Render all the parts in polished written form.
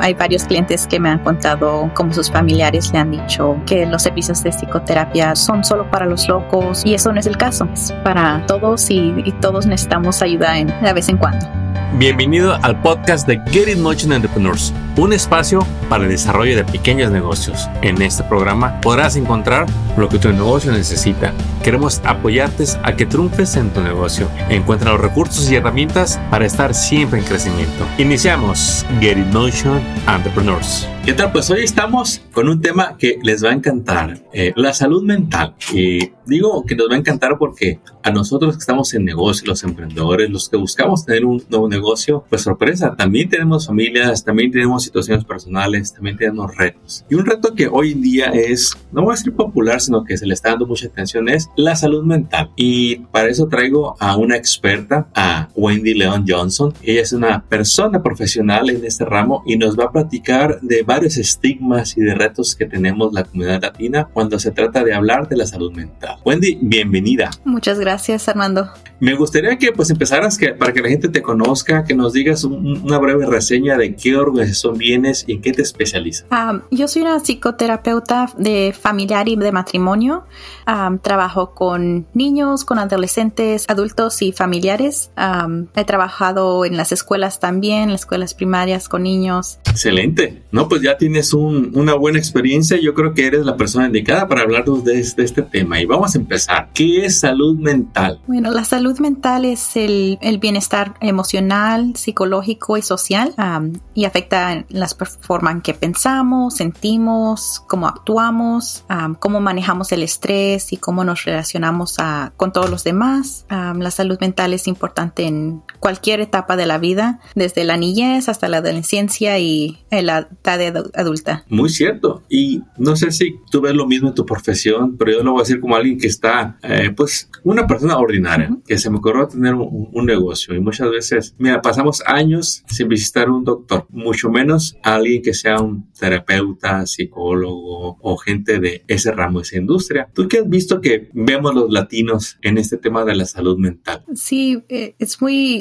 hay varios clientes que me han contado cómo sus familiares le han dicho que los servicios de psicoterapia son solo para los locos, y eso no es el caso. Es para todos y todos necesitamos ayuda de vez en cuando. Bienvenido al podcast de Get In Motion Entrepreneurs, un espacio para el desarrollo de pequeños negocios. En este programa podrás encontrar lo que tu negocio necesita. Queremos apoyarte a que triunfes en tu negocio. Encuentra los recursos y herramientas para estar siempre en crecimiento. Iniciamos Get In Motion Entrepreneurs. ¿Qué tal? Pues hoy estamos con un tema que les va a encantar, la salud mental. Y digo que nos va a encantar porque a nosotros que estamos en negocio, los emprendedores, los que buscamos tener un nuevo negocio, pues sorpresa, también tenemos familias, también tenemos situaciones personales, también tenemos retos. Y un reto que hoy en día es, no voy a decir popular, sino que se le está dando mucha atención, es la salud mental. Y para eso traigo a una experta, a Wendy Leon Johnson. Ella es una persona profesional en este ramo y nos va a platicar de varios estigmas y de retos que tenemos la comunidad latina cuando se trata de hablar de la salud mental. Wendy, bienvenida. Muchas gracias, Armando. Me gustaría que pues empezaras para que la gente te conozca, que nos digas una breve reseña de qué organización vienes y en qué te especializas. Yo soy una psicoterapeuta de familiar y de matrimonio. Trabajo con niños, con adolescentes, adultos y familiares. He trabajado en las escuelas también, en las escuelas primarias con niños. Excelente. No, pues ya tienes una buena experiencia. Yo creo que eres la persona indicada para hablarnos de este tema. Y vamos a empezar. ¿Qué es salud mental? Bueno, la salud mental es el bienestar emocional, psicológico y social, y afecta la forma en que pensamos, sentimos, cómo actuamos, cómo manejamos el estrés y cómo nos relacionamos con todos los demás. La salud mental es importante en cualquier etapa de la vida, desde la niñez hasta la adolescencia y la edad adulta. Muy cierto. Y no sé si tú ves lo mismo en tu profesión, pero yo lo voy a decir como alguien que está, pues, una persona ordinaria, que se me ocurrió tener un negocio. Y muchas veces, mira, pasamos años sin visitar un doctor, mucho menos a alguien que sea un terapeuta, psicólogo o gente de ese ramo, esa industria. ¿Tú qué has visto que vemos los latinos en este tema de la salud mental? Sí, es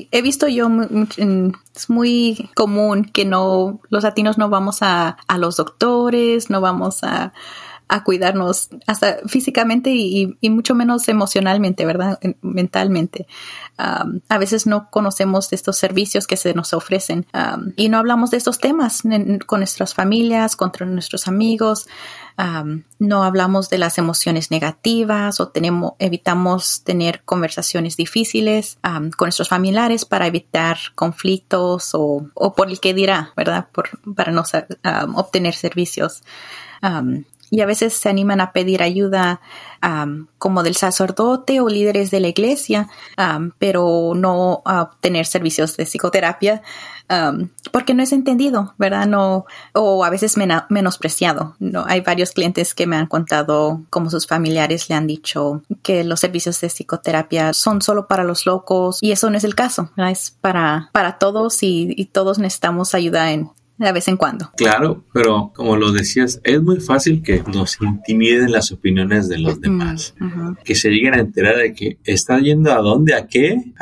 muy común que los latinos no vamos a los doctores, no vamos a cuidarnos hasta físicamente y mucho menos emocionalmente, ¿verdad? Mentalmente. A veces no conocemos de estos servicios que se nos ofrecen y no hablamos de estos temas con nuestras familias, con nuestros amigos. No hablamos de las emociones negativas o evitamos tener conversaciones difíciles con nuestros familiares para evitar conflictos o por el que dirá, ¿verdad? Para no obtener servicios. Y a veces se animan a pedir ayuda como del sacerdote o líderes de la iglesia, pero no a obtener servicios de psicoterapia porque no es entendido, ¿verdad? No, o a veces menospreciado. No, hay varios clientes que me han contado cómo sus familiares le han dicho que los servicios de psicoterapia son solo para los locos, y eso no es el caso, ¿verdad? Es para todos y todos necesitamos ayuda de vez en cuando. Claro, pero como lo decías, es muy fácil que nos intimiden las opiniones de los demás. Que se lleguen a enterar de que está yendo a dónde, a qué,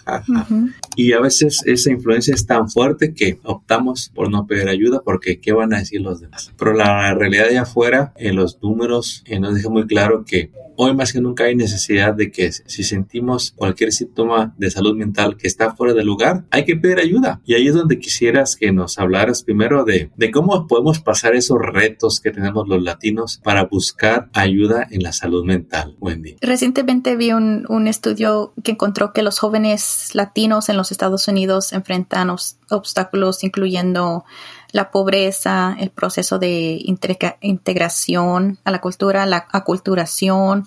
Y a veces esa influencia es tan fuerte que optamos por no pedir ayuda porque ¿qué van a decir los demás? Pero la realidad de afuera, en los números, nos deja muy claro que hoy más que nunca hay necesidad de que si sentimos cualquier síntoma de salud mental que está fuera de lugar, hay que pedir ayuda. Y ahí es donde quisieras que nos hablaras primero de cómo podemos pasar esos retos que tenemos los latinos para buscar ayuda en la salud mental, Wendy. Recientemente vi un estudio que encontró que los jóvenes latinos en los Estados Unidos enfrentan obstáculos incluyendo la pobreza, el proceso de integración a la cultura, la aculturación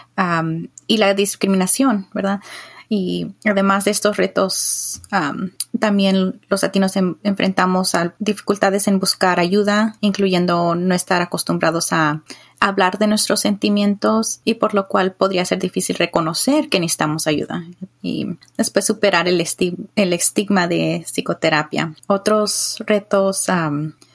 y la discriminación, ¿verdad? Y además de estos retos, también los latinos enfrentamos a dificultades en buscar ayuda, incluyendo no estar acostumbrados a hablar de nuestros sentimientos, y por lo cual podría ser difícil reconocer que necesitamos ayuda y después superar el estigma de psicoterapia. Otros retos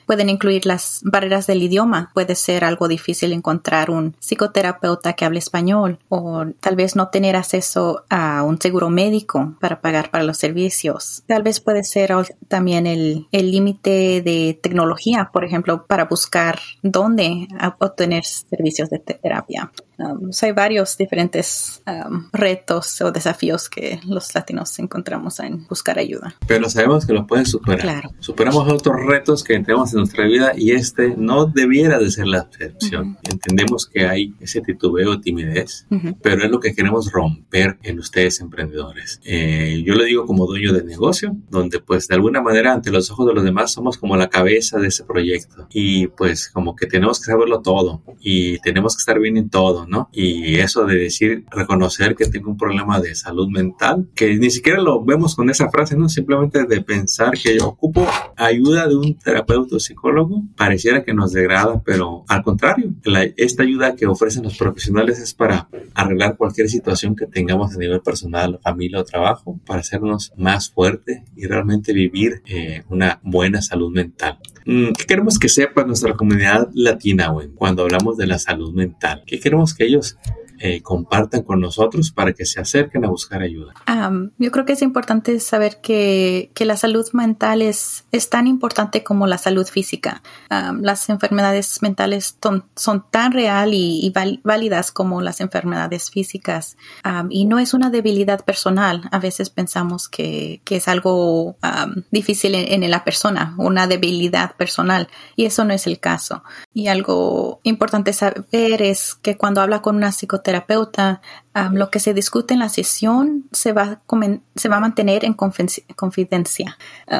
Pueden incluir las barreras del idioma. Puede ser algo difícil encontrar un psicoterapeuta que hable español, o tal vez no tener acceso a un seguro médico para pagar para los servicios. Tal vez puede ser también el límite de tecnología, por ejemplo, para buscar dónde obtener servicios de terapia. Hay varios diferentes retos o desafíos que los latinos encontramos en buscar ayuda. Pero sabemos que lo pueden superar. Claro. Superamos otros retos que tenemos en nuestra vida y no debiera de ser la excepción. Entendemos que hay ese titubeo, timidez, pero es lo que queremos romper en ustedes emprendedores. Yo lo digo como dueño de negocio, donde pues de alguna manera ante los ojos de los demás somos como la cabeza de ese proyecto y pues como que tenemos que saberlo todo y tenemos que estar bien en todo, ¿no? Y eso de decir, reconocer que tengo un problema de salud mental, que ni siquiera lo vemos con esa frase, ¿no? Simplemente de pensar que yo ocupo ayuda de un terapeuta o psicólogo, pareciera que nos degrada, pero al contrario, esta ayuda que ofrecen los profesionales es para arreglar cualquier situación que tengamos a nivel personal, familia o trabajo, para hacernos más fuertes y realmente vivir una buena salud mental. ¿Qué queremos que sepa nuestra comunidad latina, cuando hablamos de la salud mental? ¿Qué queremos que ellos compartan con nosotros para que se acerquen a buscar ayuda? Yo creo que es importante saber que la salud mental es tan importante como la salud física. Las enfermedades mentales son tan real y válidas como las enfermedades físicas. Y no es una debilidad personal. A veces pensamos que es algo difícil en la persona, una debilidad personal. Y eso no es el caso. Y algo importante saber es que cuando habla con una psicoterapeuta, lo que se discute en la sesión se va a mantener en confidencia.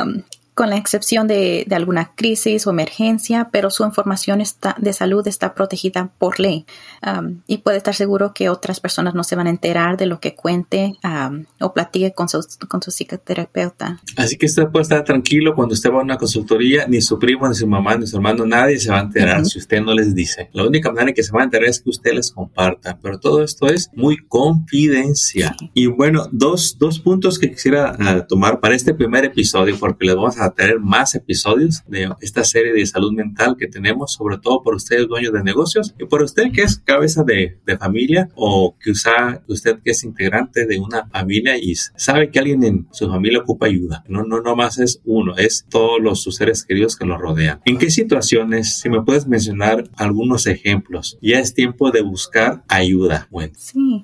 Con la excepción de alguna crisis o emergencia, pero su información de salud está protegida por ley. Y puede estar seguro que otras personas no se van a enterar de lo que cuente o platique con su psicoterapeuta. Así que usted puede estar tranquilo cuando usted va a una consultoría, ni su primo, ni su mamá, ni su hermano, nadie se va a enterar si usted no les dice. La única manera en que se va a enterar es que usted les comparta, pero todo esto es muy confidencial. Sí. Y bueno, dos puntos que quisiera tomar para este primer episodio, porque les vamos a tener más episodios de esta serie de salud mental que tenemos, sobre todo por ustedes dueños de negocios y por usted que es cabeza de familia o usted que es integrante de una familia y sabe que alguien en su familia ocupa ayuda. No más es uno, es todos sus seres queridos que lo rodean. ¿En qué situaciones, si me puedes mencionar algunos ejemplos, ya es tiempo de buscar ayuda? Bueno. Sí,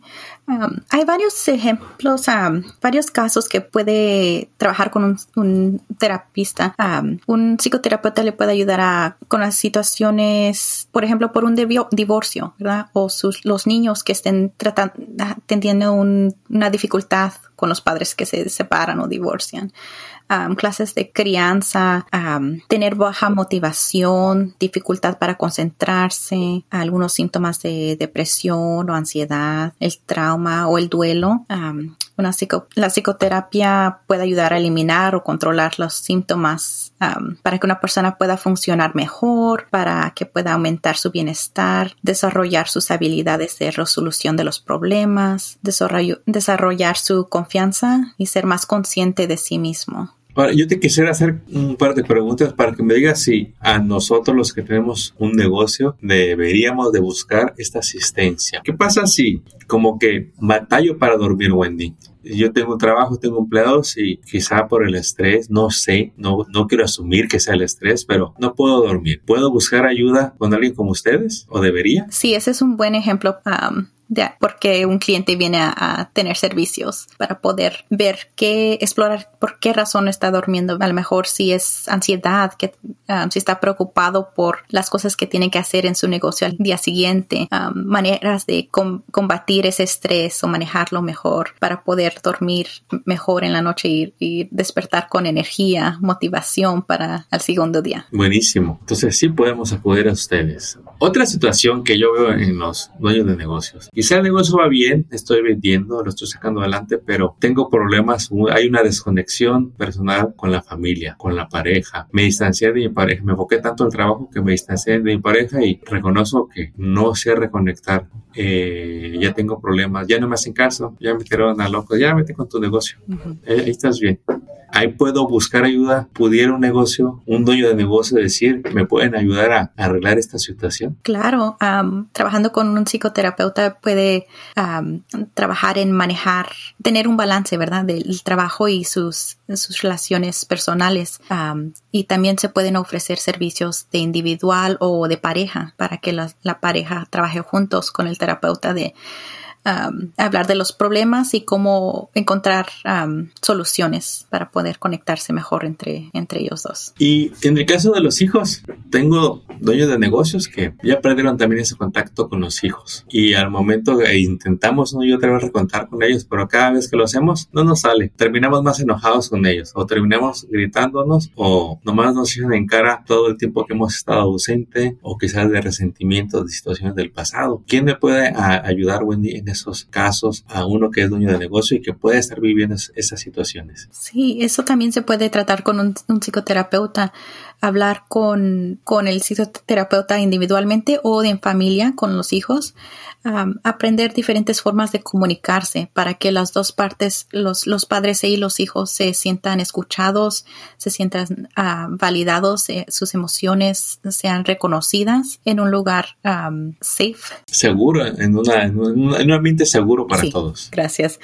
hay varios ejemplos, varios casos que puede trabajar con un terapeuta. Un psicoterapeuta le puede ayudar con las situaciones, por ejemplo, por un divorcio, ¿verdad? O los niños que estén teniendo una dificultad con los padres que se separan o divorcian. Clases de crianza, tener baja motivación, dificultad para concentrarse, algunos síntomas de depresión o ansiedad, el trauma o el duelo. La psicoterapia puede ayudar a eliminar o controlar los síntomas para que una persona pueda funcionar mejor, para que pueda aumentar su bienestar, desarrollar sus habilidades de resolución de los problemas, desarrollar su confianza y ser más consciente de sí mismo. Ahora, yo te quisiera hacer un par de preguntas para que me digas si a nosotros los que tenemos un negocio deberíamos de buscar esta asistencia. ¿Qué pasa si como que batallo para dormir, Wendy? Yo tengo un trabajo, tengo empleados y quizá por el estrés, no sé, no quiero asumir que sea el estrés, pero no puedo dormir. ¿Puedo buscar ayuda con alguien como ustedes o debería? Sí, ese es un buen ejemplo porque un cliente viene a tener servicios para poder explorar por qué razón está durmiendo. A lo mejor si es ansiedad, si está preocupado por las cosas que tiene que hacer en su negocio al día siguiente, maneras de combatir ese estrés o manejarlo mejor para poder dormir mejor en la noche y despertar con energía, motivación para el segundo día. Buenísimo. Entonces sí podemos acudir a ustedes. Otra situación que yo veo en los dueños de negocios. Quizá el negocio va bien, estoy vendiendo, lo estoy sacando adelante, pero tengo problemas, hay una desconexión personal con la familia, con la pareja. Me distancié de mi pareja, me enfoqué tanto en el trabajo que me distancié de mi pareja y reconozco que no sé reconectar. Ya tengo problemas, ya no me hacen caso, ya me tiraron a loco, ya vete con tu negocio. Ahí estás bien. ahí puedo buscar ayuda. ¿Pudiera un dueño de negocio decir, me pueden ayudar a arreglar esta situación? Claro, trabajando con un psicoterapeuta puede trabajar en tener un balance, ¿verdad? Del trabajo y sus relaciones personales. Y también se pueden ofrecer servicios de individual o de pareja para que la pareja trabaje juntos con el terapeuta de hablar de los problemas y cómo encontrar soluciones para poder conectarse mejor entre ellos dos. Y en el caso de los hijos, tengo dueños de negocios que ya perdieron también ese contacto con los hijos. Y al momento intentamos una y otra vez recontar con ellos, pero cada vez que lo hacemos no nos sale. Terminamos más enojados con ellos o terminamos gritándonos o nomás nos echan en cara todo el tiempo que hemos estado ausente o quizás de resentimientos de situaciones del pasado. ¿Quién me puede ayudar, Wendy, en esos casos a uno que es dueño de negocio y que puede estar viviendo esas situaciones? Sí, eso también se puede tratar con un psicoterapeuta, hablar con el psicoterapeuta individualmente o en familia con los hijos, aprender diferentes formas de comunicarse para que las dos partes, los padres y los hijos se sientan escuchados, se sientan validados, sus emociones sean reconocidas en un lugar safe. Seguro, en un ambiente seguro para todos. Gracias.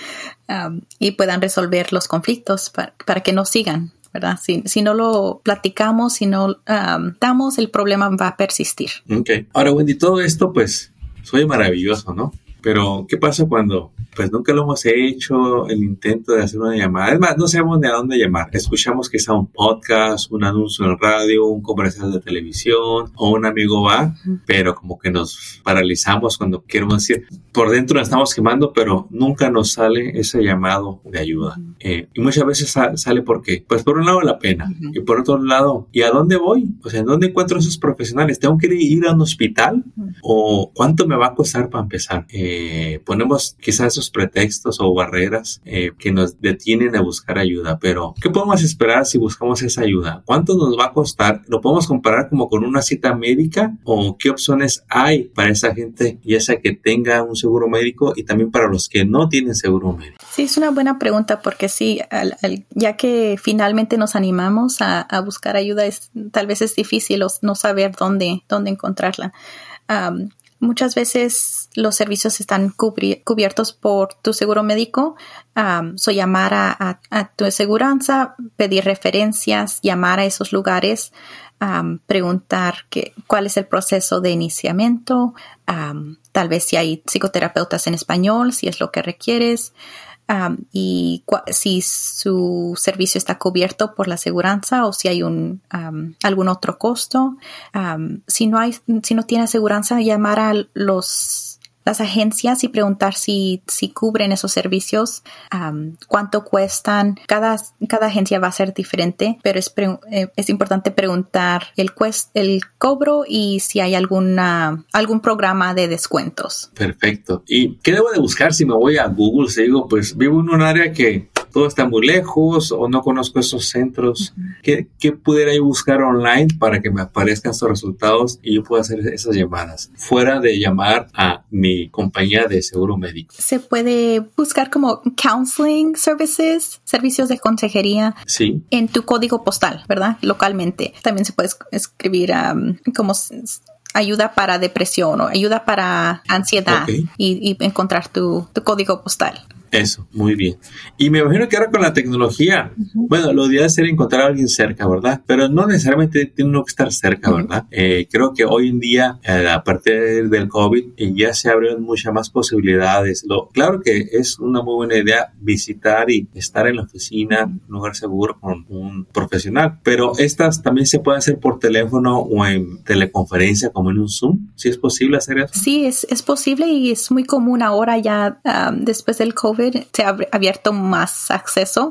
Y puedan resolver los conflictos para que no sigan, ¿verdad? Si no lo platicamos, si no damos, el problema va a persistir. Okay. Ahora, Wendy, todo esto pues soy maravilloso, ¿no? Pero, ¿qué pasa cuando pues nunca lo hemos hecho, el intento de hacer una llamada? Es más, no sabemos ni a dónde llamar. Escuchamos quizá un podcast, un anuncio en radio, un comercial de televisión o un amigo va, pero como que nos paralizamos cuando queremos decir, por dentro nos estamos quemando, pero nunca nos sale ese llamado de ayuda. Y muchas veces sale porque, pues por un lado la pena y por otro lado, ¿y a dónde voy? O sea, ¿en dónde encuentro a esos profesionales? ¿Tengo que ir a un hospital? ¿O cuánto me va a costar para empezar? Ponemos quizás esos pretextos o barreras que nos detienen a buscar ayuda, pero ¿qué podemos esperar si buscamos esa ayuda? ¿Cuánto nos va a costar? ¿Lo podemos comparar como con una cita médica? ¿O qué opciones hay para esa gente, ya sea que tenga un seguro médico y también para los que no tienen seguro médico? Sí, es una buena pregunta porque sí, ya que finalmente nos animamos a buscar ayuda, tal vez es difícil no saber dónde encontrarla. Muchas veces los servicios están cubiertos por tu seguro médico. Llamar a tu aseguranza, pedir referencias, llamar a esos lugares, preguntar cuál es el proceso de iniciamiento, tal vez si hay psicoterapeutas en español, si es lo que requieres. Y si su servicio está cubierto por la aseguranza o si hay algún otro costo. Si no tiene aseguranza, llamar a las agencias y preguntar si cubren esos servicios, cuánto cuestan. Cada agencia va a ser diferente, pero es importante preguntar el cobro y si hay algún programa de descuentos. Perfecto. ¿Y qué debo de buscar si me voy a Google? Si digo, pues vivo en un área que todo está muy lejos o no conozco esos centros. ¿Qué pudiera yo buscar online para que me aparezcan estos resultados y yo pueda hacer esas llamadas? Fuera de llamar a mi compañía de seguro médico. Se puede buscar como counseling services, servicios de consejería. Sí. En tu código postal, ¿verdad? Localmente. También se puede escribir como ayuda para depresión o ayuda para ansiedad. Okay. Y encontrar tu código postal. Eso, muy bien. Y me imagino que ahora con la tecnología, bueno, lo ideal sería encontrar a alguien cerca, ¿verdad? Pero no necesariamente tiene uno que estar cerca, ¿verdad? Creo que hoy en día, a partir del COVID, ya se abrieron muchas más posibilidades. Claro que es una muy buena idea visitar y estar en la oficina, en un lugar seguro con un profesional, pero estas también se pueden hacer por teléfono o en teleconferencia, como en un Zoom. ¿Sí es posible hacer eso? Sí, es posible y es muy común ahora ya después del COVID. Se ha abierto más acceso.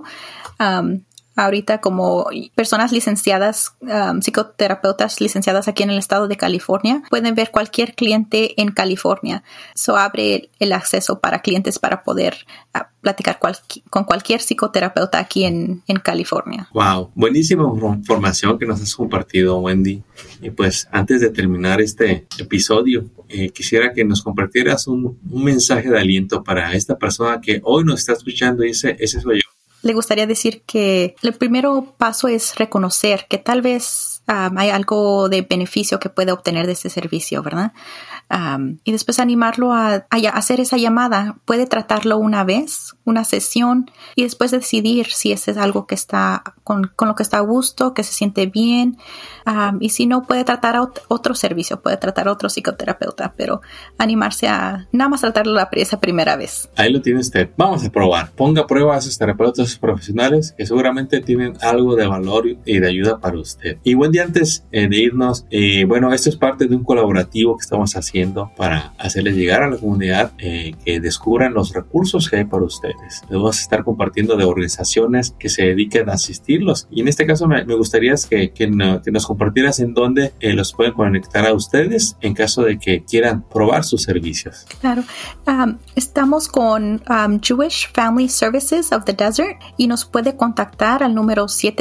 Ahorita como personas licenciadas, psicoterapeutas licenciadas aquí en el estado de California, pueden ver cualquier cliente en California. Eso abre el acceso para clientes para poder platicar con cualquier psicoterapeuta aquí en California. Wow, buenísima información que nos has compartido, Wendy. Y pues antes de terminar este episodio, quisiera que nos compartieras un mensaje de aliento para esta persona que hoy nos está escuchando y dice, ese soy yo. le gustaría decir que el primer paso es reconocer que tal vez hay algo de beneficio que puede obtener de este servicio, ¿verdad? Y después animarlo a hacer esa llamada. Puede tratarlo una vez, una sesión, y después decidir si ese es algo que está con lo que está a gusto, que se siente bien. Y si no, puede tratar a otro servicio, puede tratar a otro psicoterapeuta, pero animarse a nada más tratarlo esa primera vez. Ahí lo tiene usted. Vamos a probar. Ponga a prueba a esos terapeutas profesionales que seguramente tienen algo de valor y de ayuda para usted. Y buen día, antes de irnos, bueno, esto es parte de un colaborativo que estamos haciendo para hacerles llegar a la comunidad que descubran los recursos que hay para ustedes. Les vamos a estar compartiendo de organizaciones que se dediquen a asistirlos. Y en este caso me gustaría que nos compartieras en dónde los pueden conectar a ustedes en caso de que quieran probar sus servicios. Claro. Estamos con Jewish Family Services of the Desert y nos puede contactar al número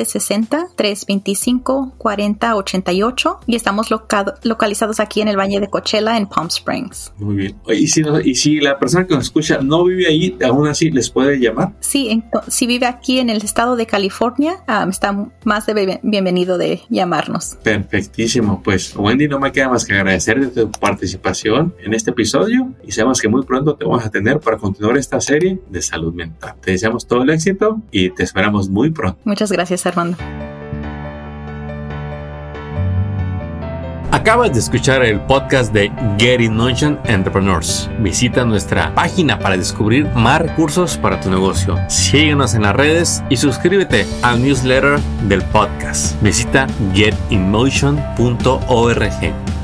760-325-4088 y estamos localizados aquí en el Valle de Coachella en Palm Springs. Muy bien. Y si la persona que nos escucha no vive ahí, aún así les puede llamar. Sí, si vive aquí en el estado de California, está más de bienvenido de llamarnos. Perfectísimo. Pues Wendy, no me queda más que agradecerte tu participación en este episodio y sabemos que muy pronto te vamos a tener para continuar esta serie de salud mental. Te deseamos todo el éxito y te esperamos muy pronto. Muchas gracias, Armando. Acabas de escuchar el podcast de Get in Motion Entrepreneurs. Visita nuestra página para descubrir más recursos para tu negocio. Síguenos en las redes y suscríbete al newsletter del podcast. Visita getinmotion.org.